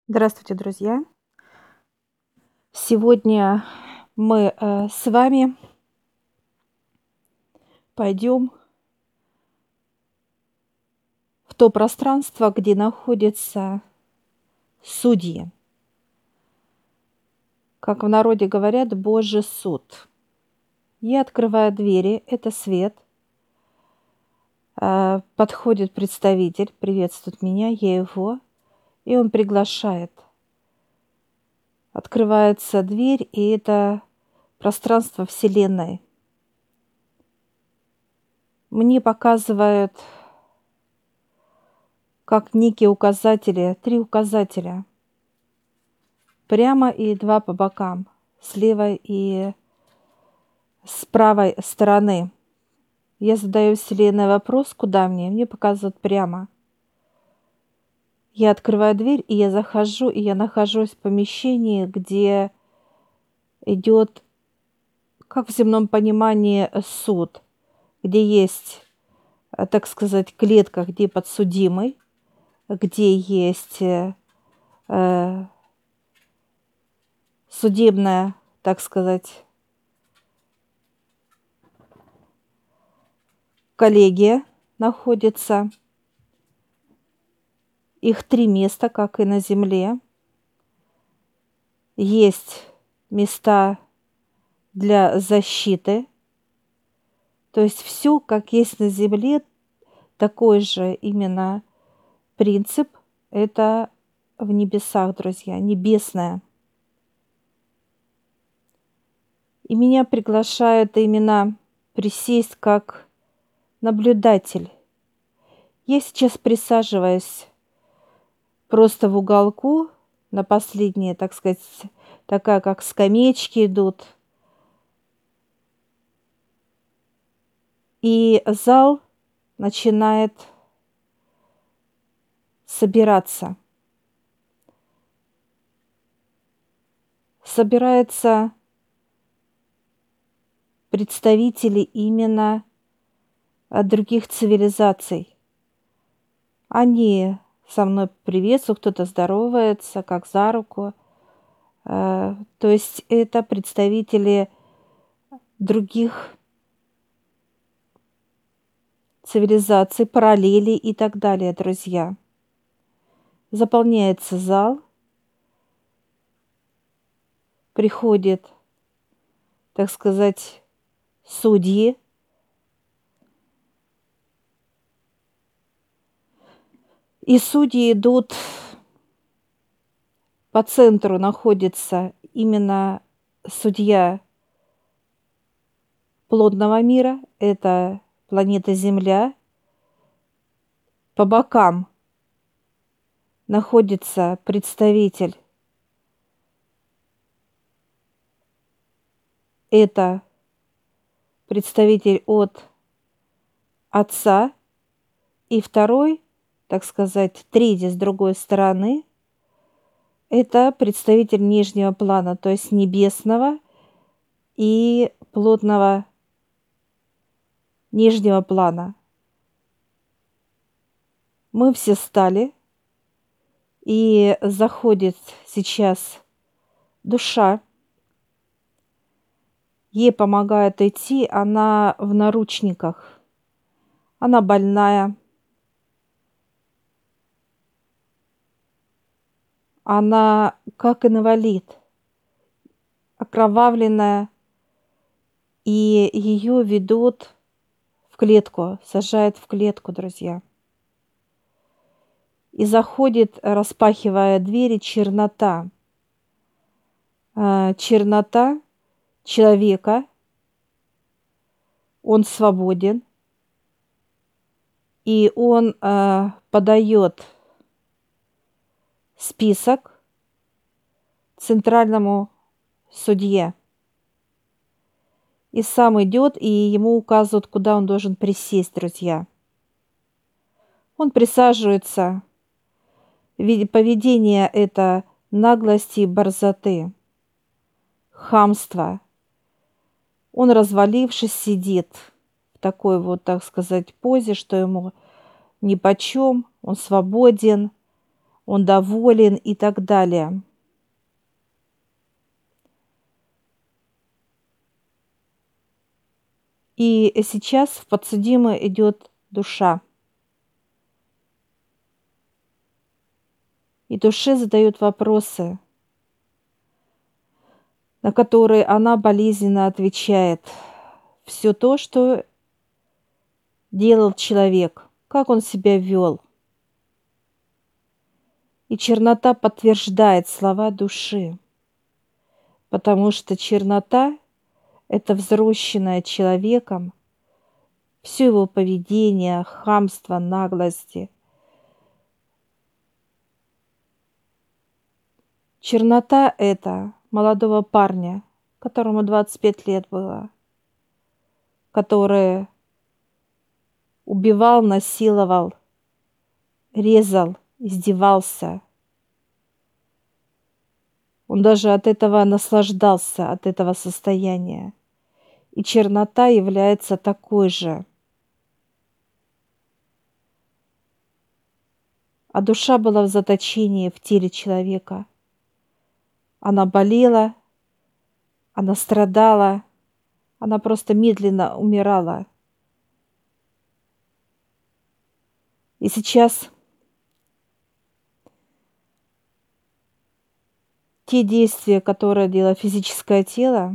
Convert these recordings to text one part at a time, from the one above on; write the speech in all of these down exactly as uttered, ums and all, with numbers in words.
Здравствуйте, друзья! Сегодня мы э, с вами пойдем в то пространство, где находятся судьи. Как в народе говорят, Божий суд. Я открываю двери, это свет. Э, подходит представитель, приветствует меня, я его, и он приглашает. Открывается дверь, и это пространство Вселенной. Мне показывают как некие указатели, три указателя. Прямо и два по бокам, с левой и с правой стороны. Я задаю Вселенной вопрос, куда мне? Мне показывают прямо. Я открываю дверь, и я захожу, и я нахожусь в помещении, где идет, как в земном понимании, суд, где есть, так сказать, клетка, где подсудимый, где есть э, судебная, так сказать, коллегия находится. Их три места, как и на земле. Есть места для защиты. То есть все, как есть на земле, такой же именно принцип. Это в небесах, друзья, небесное. И меня приглашают именно присесть как наблюдатель. Я сейчас присаживаюсь просто в уголку, на последние, так сказать, такая, как скамеечки идут. И зал начинает собираться. Собираются представители именно от других цивилизаций. Они со мной приветствуют, кто-то здоровается, как за руку. То есть это представители других цивилизаций, параллелей и так далее, друзья. Заполняется зал. Приходят, так сказать, судьи. И судьи идут, по центру находится именно судья плотного мира, это планета Земля. По бокам находится представитель, это представитель от Отца, и второй, так сказать, третий с другой стороны, это представитель нижнего плана, то есть небесного и плотного нижнего плана. Мы все встали, и заходит сейчас душа. Ей помогает идти, она в наручниках. Она больная. Она как инвалид, окровавленная. И ее ведут в клетку, сажают в клетку, друзья. И заходит, распахивая двери, чернота. Чернота человека. Он свободен. И он э, подает список центральному судье. И сам идет, и ему указывают, куда он должен присесть, друзья. Он присаживается. Поведение это наглости и борзоты, хамство. Он, развалившись, сидит в такой вот, так сказать, позе, что ему нипочем, он свободен, он доволен и так далее. И сейчас в подсудимое идет душа. И душе задают вопросы, на которые она болезненно отвечает. Все то, что делал человек, как он себя вел. И чернота подтверждает слова души, потому что чернота – это взросшенное человеком, все его поведение, хамство, наглости. Чернота – это молодого парня, которому двадцать пять лет было, который убивал, насиловал, резал, издевался. Он даже от этого наслаждался, от этого состояния. И чернота является такой же. А душа была в заточении в теле человека. Она болела, она страдала, она просто медленно умирала. И сейчас те действия, которые делало физическое тело,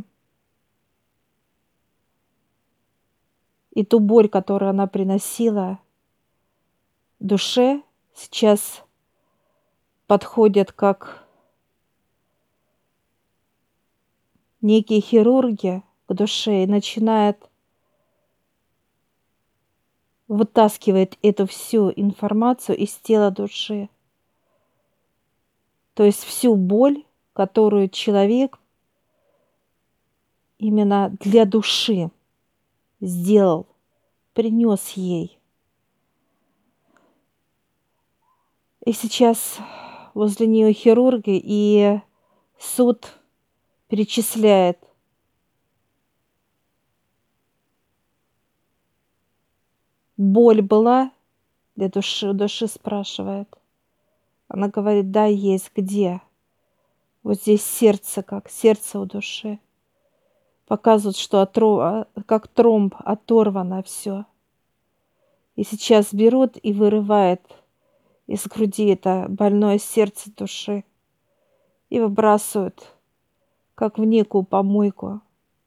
и ту боль, которую она приносила душе, сейчас подходят как некие хирурги к душе и начинают вытаскивать эту всю информацию из тела души. То есть всю боль, которую человек именно для души сделал, принес ей. И сейчас возле нее хирурги, и суд перечисляет боль была для души, души спрашивает. Она говорит, да, есть, где? Вот здесь сердце, как сердце у души. Показывают, что отров... как тромб оторвано все. И сейчас берут и вырывает из груди это больное сердце души и выбрасывают, как в некую помойку.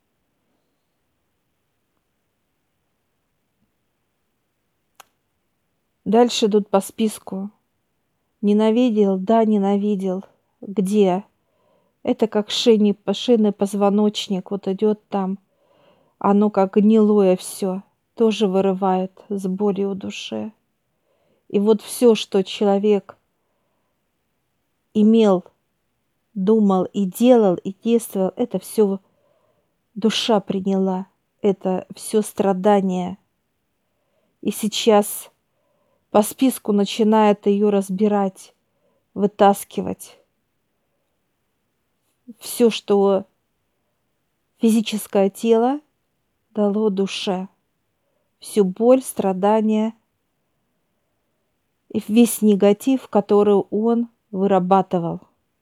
Дальше идут по списку. Ненавидел, да, ненавидел. Где? Это как шейный, шейный позвоночник. Вот идет там. Оно как гнилое все. Тоже вырывает с болью в душе. И вот все, что человек имел, думал и делал, и действовал, это все душа приняла. Это все страдания. И сейчас по списку начинает ее разбирать, вытаскивать. Все, что физическое тело дало душе. Всю боль, страдания и весь негатив, который он вырабатывал.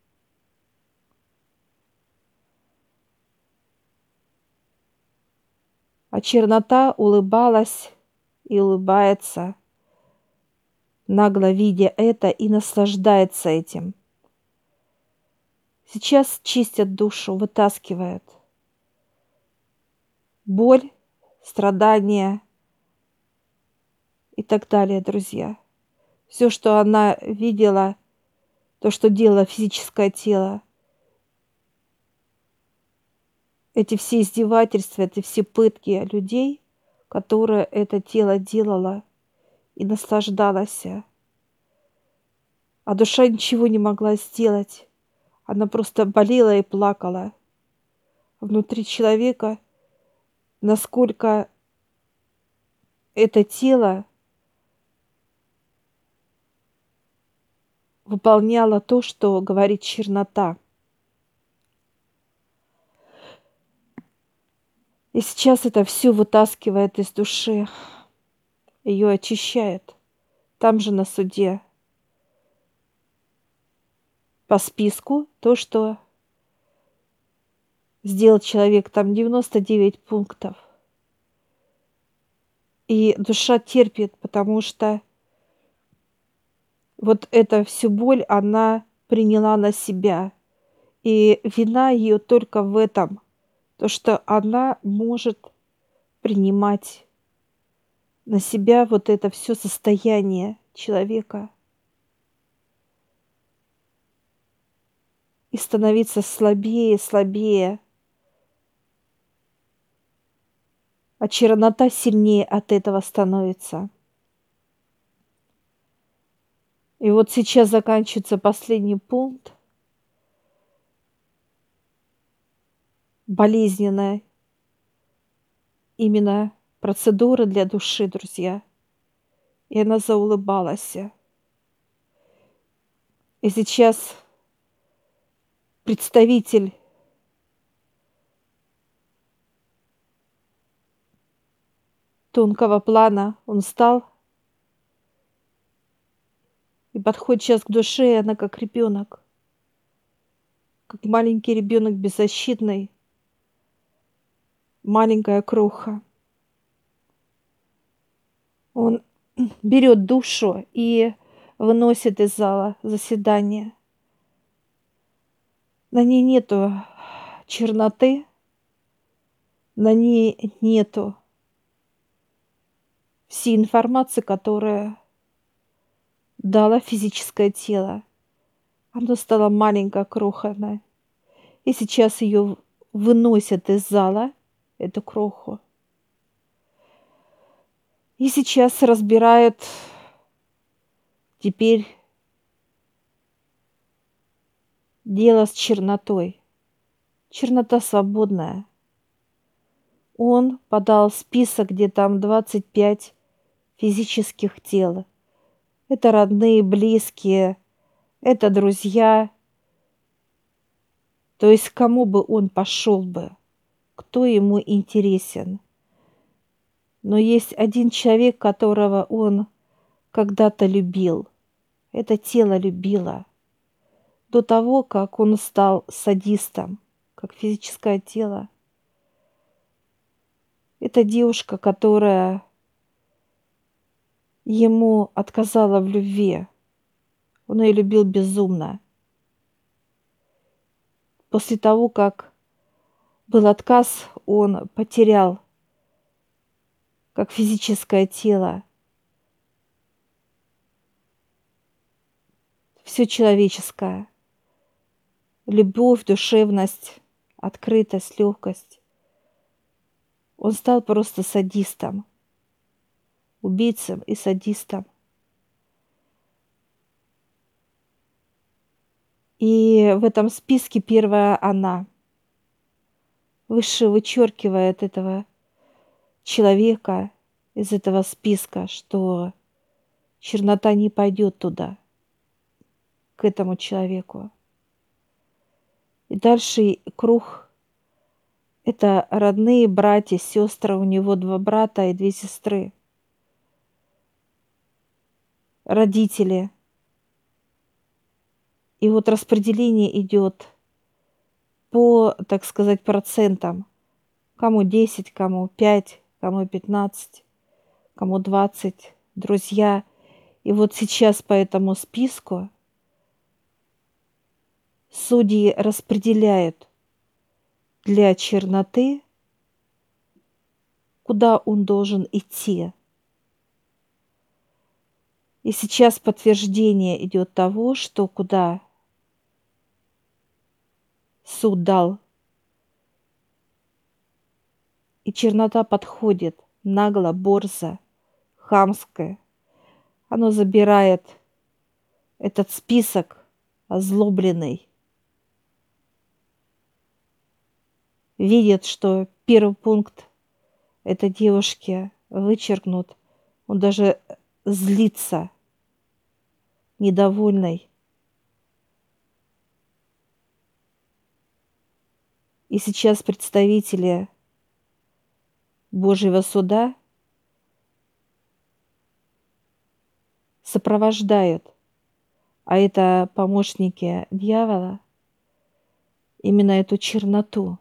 А чернота улыбалась и улыбается, нагло видя это, и наслаждается этим. Сейчас чистят душу, вытаскивают боль, страдания и так далее, друзья. Все, что она видела, то, что делало физическое тело, эти все издевательства, эти все пытки людей, которые это тело делало и наслаждалось. А душа ничего не могла сделать. Она просто болела и плакала. Внутри человека, насколько это тело выполняло то, что говорит чернота. И сейчас это все вытаскивает из души, ее очищает. Там же на суде по списку то, что сделал человек, там девяносто девять пунктов. И душа терпит, потому что вот эта всю боль она приняла на себя. И вина ее только в этом, то, что она может принимать на себя вот это все состояние человека и становиться слабее и слабее, а чернота сильнее от этого становится. И вот сейчас заканчивается последний пункт, болезненная именно процедура для души, друзья. И она заулыбалась. И сейчас представитель тонкого плана, он встал и подходит сейчас к душе, и она как ребенок, как маленький ребенок беззащитный, маленькая кроха. Он берет душу и выносит из зала заседания. На ней нету черноты, на ней нету всей информации, которая дала физическое тело. Оно стало маленькое, крохотное. И сейчас ее выносят из зала, эту кроху. И сейчас разбирают теперь дело с чернотой. Чернота свободная. Он подал список, где там двадцать пять физических тел. Это родные, близкие, это друзья. То есть кому бы он пошел бы, кто ему интересен. Но есть один человек, которого он когда-то любил. Это тело любило. До того, как он стал садистом, как физическое тело. Это девушка, которая ему отказала в любви. Он ее любил безумно. После того, как был отказ, он потерял как физическое тело все человеческое. Любовь, душевность, открытость, легкость. Он стал просто садистом, убийцем и садистом. И в этом списке первая она. Выше вычеркивает этого человека из этого списка, что чернота не пойдет туда, к этому человеку. И дальше круг – это родные братья, сестры. У него два брата и две сестры. Родители. И вот распределение идет по, так сказать, процентам. Кому десять, кому пять, кому пятнадцать, кому двадцать. Друзья. И вот сейчас по этому списку судьи распределяют для черноты, куда он должен идти. И сейчас подтверждение идет того, что куда суд дал. И чернота подходит нагло, борзо, хамская. Оно забирает этот список озлобленный. Видит, что первый пункт этой девушки вычеркнут. Он даже злится, недовольный. И сейчас представители Божьего суда сопровождают а это помощники дьявола, именно эту черноту,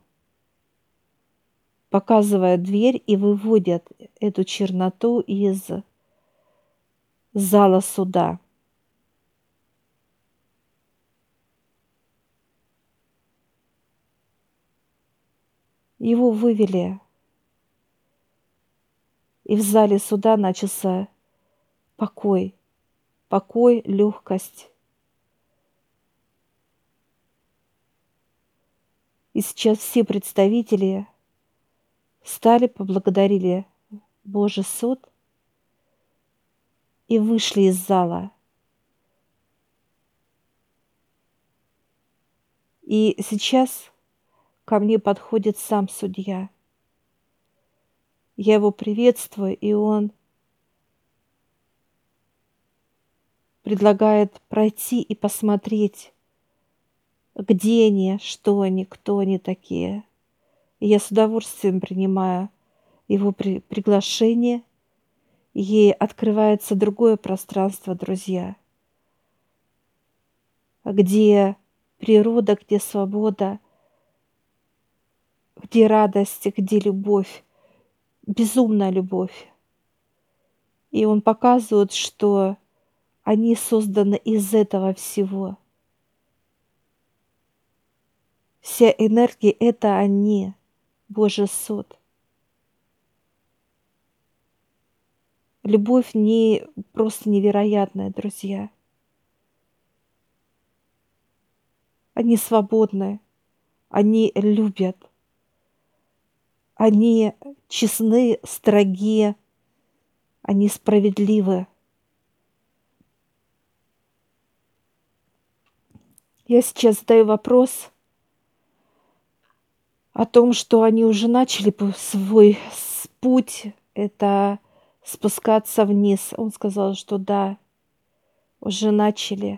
показывая дверь и выводят эту черноту из зала суда. Его вывели, и в зале суда начался покой, покой, легкость. И сейчас все представители встали, поблагодарили Божий суд и вышли из зала. И сейчас ко мне подходит сам судья. Я его приветствую, и он предлагает пройти и посмотреть, где они, что они, кто они такие. И я с удовольствием принимаю его при- приглашение. Ей открывается другое пространство, друзья, где природа, где свобода, где радость, где любовь, безумная любовь. И он показывает, что они созданы из этого всего. Вся энергия — это они, Божий суд. Любовь не просто невероятная, друзья. Они свободны, они любят, они честны, строги, они справедливы. Я сейчас задаю вопрос о том, что они уже начали свой путь, это спускаться вниз. Он сказал, что да, уже начали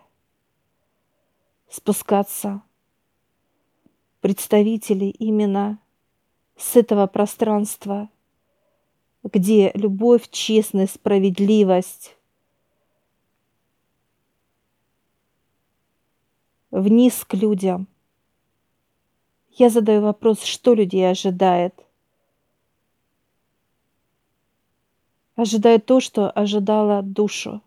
спускаться представители именно с этого пространства, где любовь, честность, справедливость, вниз к людям. Я задаю вопрос, что людей ожидает? Ожидает то, что ожидала душу.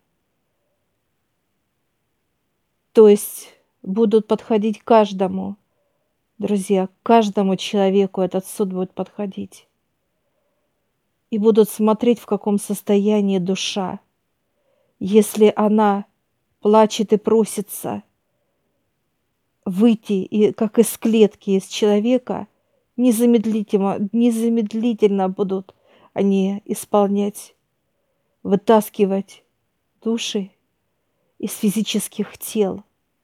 То есть будут подходить к каждому, друзья, к каждому человеку этот суд будет подходить. И будут смотреть, в каком состоянии душа. Если она плачет и просится выйти, и, как из клетки, из человека, незамедлительно, незамедлительно будут они исполнять, вытаскивать души из физических тел.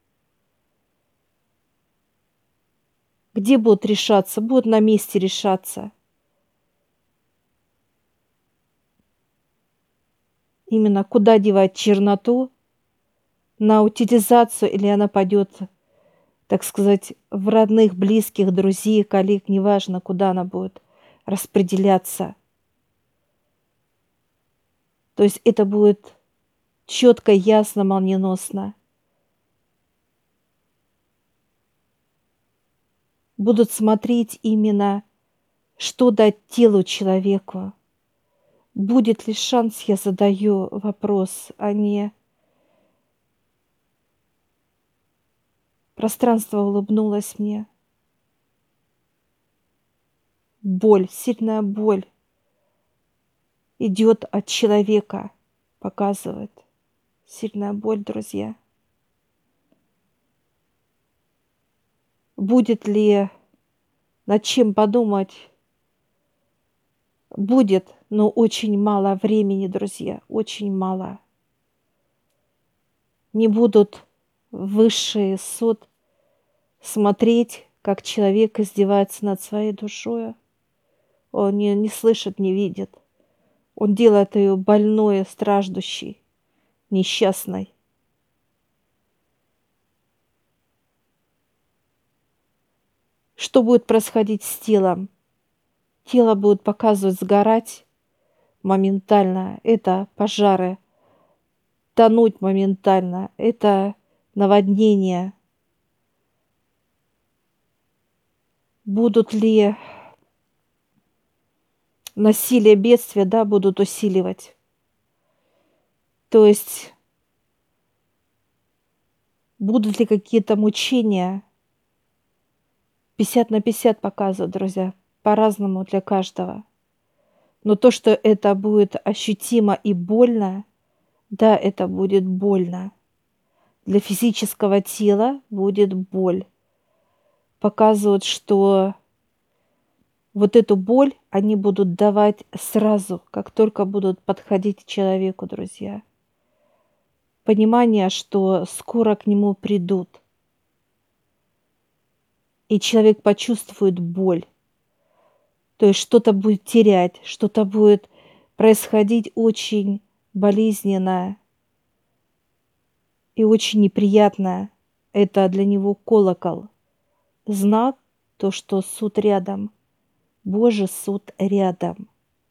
Где будут решаться? Будут на месте решаться. Именно куда девать черноту, на утилизацию, или она пойдет, так сказать, в родных, близких, друзей, коллег, неважно, куда она будет распределяться. То есть это будет четко, ясно, молниеносно. Будут смотреть именно, что дать телу человеку. Будет ли шанс, я задаю вопрос, а не... Пространство улыбнулось мне. Боль, сильная боль идет от человека, показывает. Сильная боль, друзья. Будет ли над чем подумать? Будет, но очень мало времени, друзья, очень мало. Не будут высший суд смотреть, как человек издевается над своей душой. Он не, не слышит, не видит. Он делает ее больной, страждущей, несчастной. Что будет происходить с телом? Тело будет показывать сгорать моментально. Это пожары. Тонуть моментально. Это наводнения? Будут ли насилие, бедствия, да, будут усиливать? То есть будут ли какие-то мучения? пятьдесят на пятьдесят показывают, друзья, по-разному для каждого. Но то, что это будет ощутимо и больно, да, это будет больно. Для физического тела будет боль. Показывают, что вот эту боль они будут давать сразу, как только будут подходить к человеку, друзья. Понимание, что скоро к нему придут. И человек почувствует боль. То есть что-то будет терять, что-то будет происходить очень болезненное и очень неприятное. Это для него колокол. Знак, то, что суд рядом. Божий суд рядом.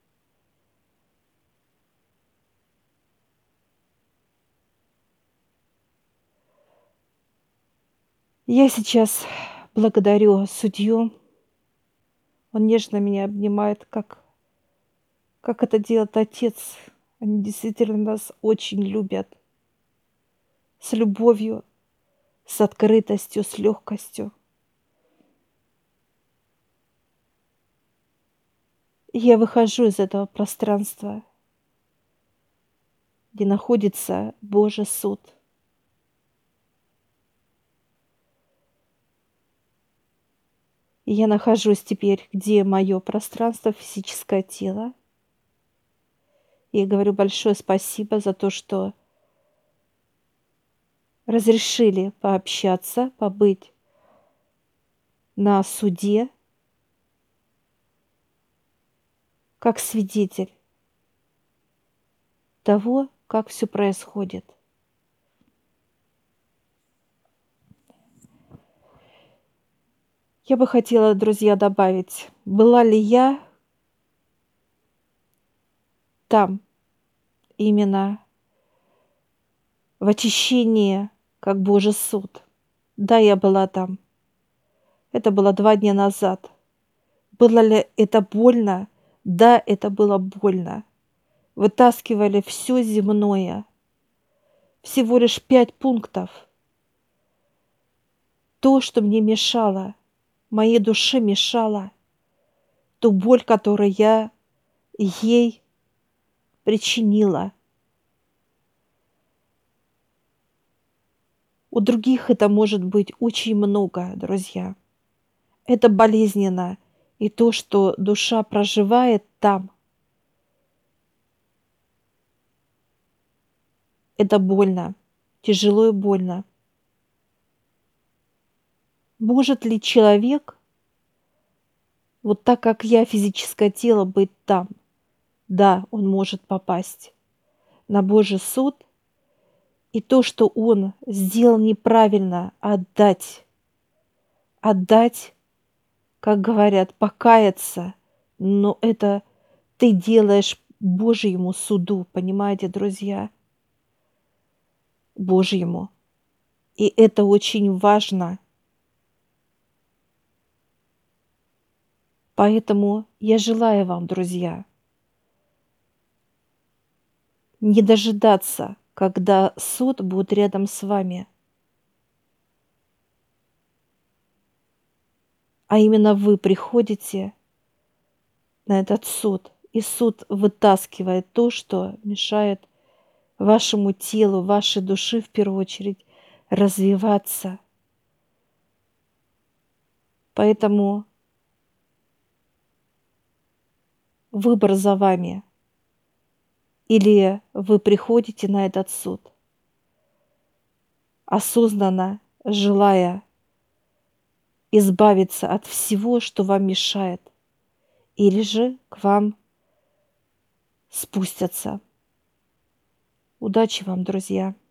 Я сейчас благодарю судью. Он нежно меня обнимает, как, как это делает отец. Они действительно нас очень любят. С любовью, с открытостью, с легкостью. И я выхожу из этого пространства, где находится Божий суд. И я нахожусь теперь, где мое пространство, физическое тело. И я говорю большое спасибо за то, что разрешили пообщаться, побыть на суде как свидетель того, как все происходит. Я бы хотела, друзья, добавить, была ли я там именно в очищении, как Божий суд. Да, я была там. Это было два дня назад. Было ли это больно? Да, это было больно. Вытаскивали все земное. Всего лишь пять пунктов. То, что мне мешало, моей душе мешало, ту боль, которую я ей причинила. У других это может быть очень много, друзья. Это болезненно. И то, что душа проживает там, это больно, тяжело и больно. Может ли человек, вот так как я, физическое тело, быть там? Да, он может попасть на Божий суд, и то, что он сделал неправильно, отдать. Отдать, как говорят, покаяться. Но это ты делаешь Божьему суду, понимаете, друзья? Божьему. И это очень важно. Поэтому я желаю вам, друзья, не дожидаться, когда суд будет рядом с вами, а именно вы приходите на этот суд, и суд вытаскивает то, что мешает вашему телу, вашей душе в первую очередь развиваться. Поэтому выбор за вами. Или вы приходите на этот суд, осознанно желая избавиться от всего, что вам мешает, или же к вам спустятся. Удачи вам, друзья!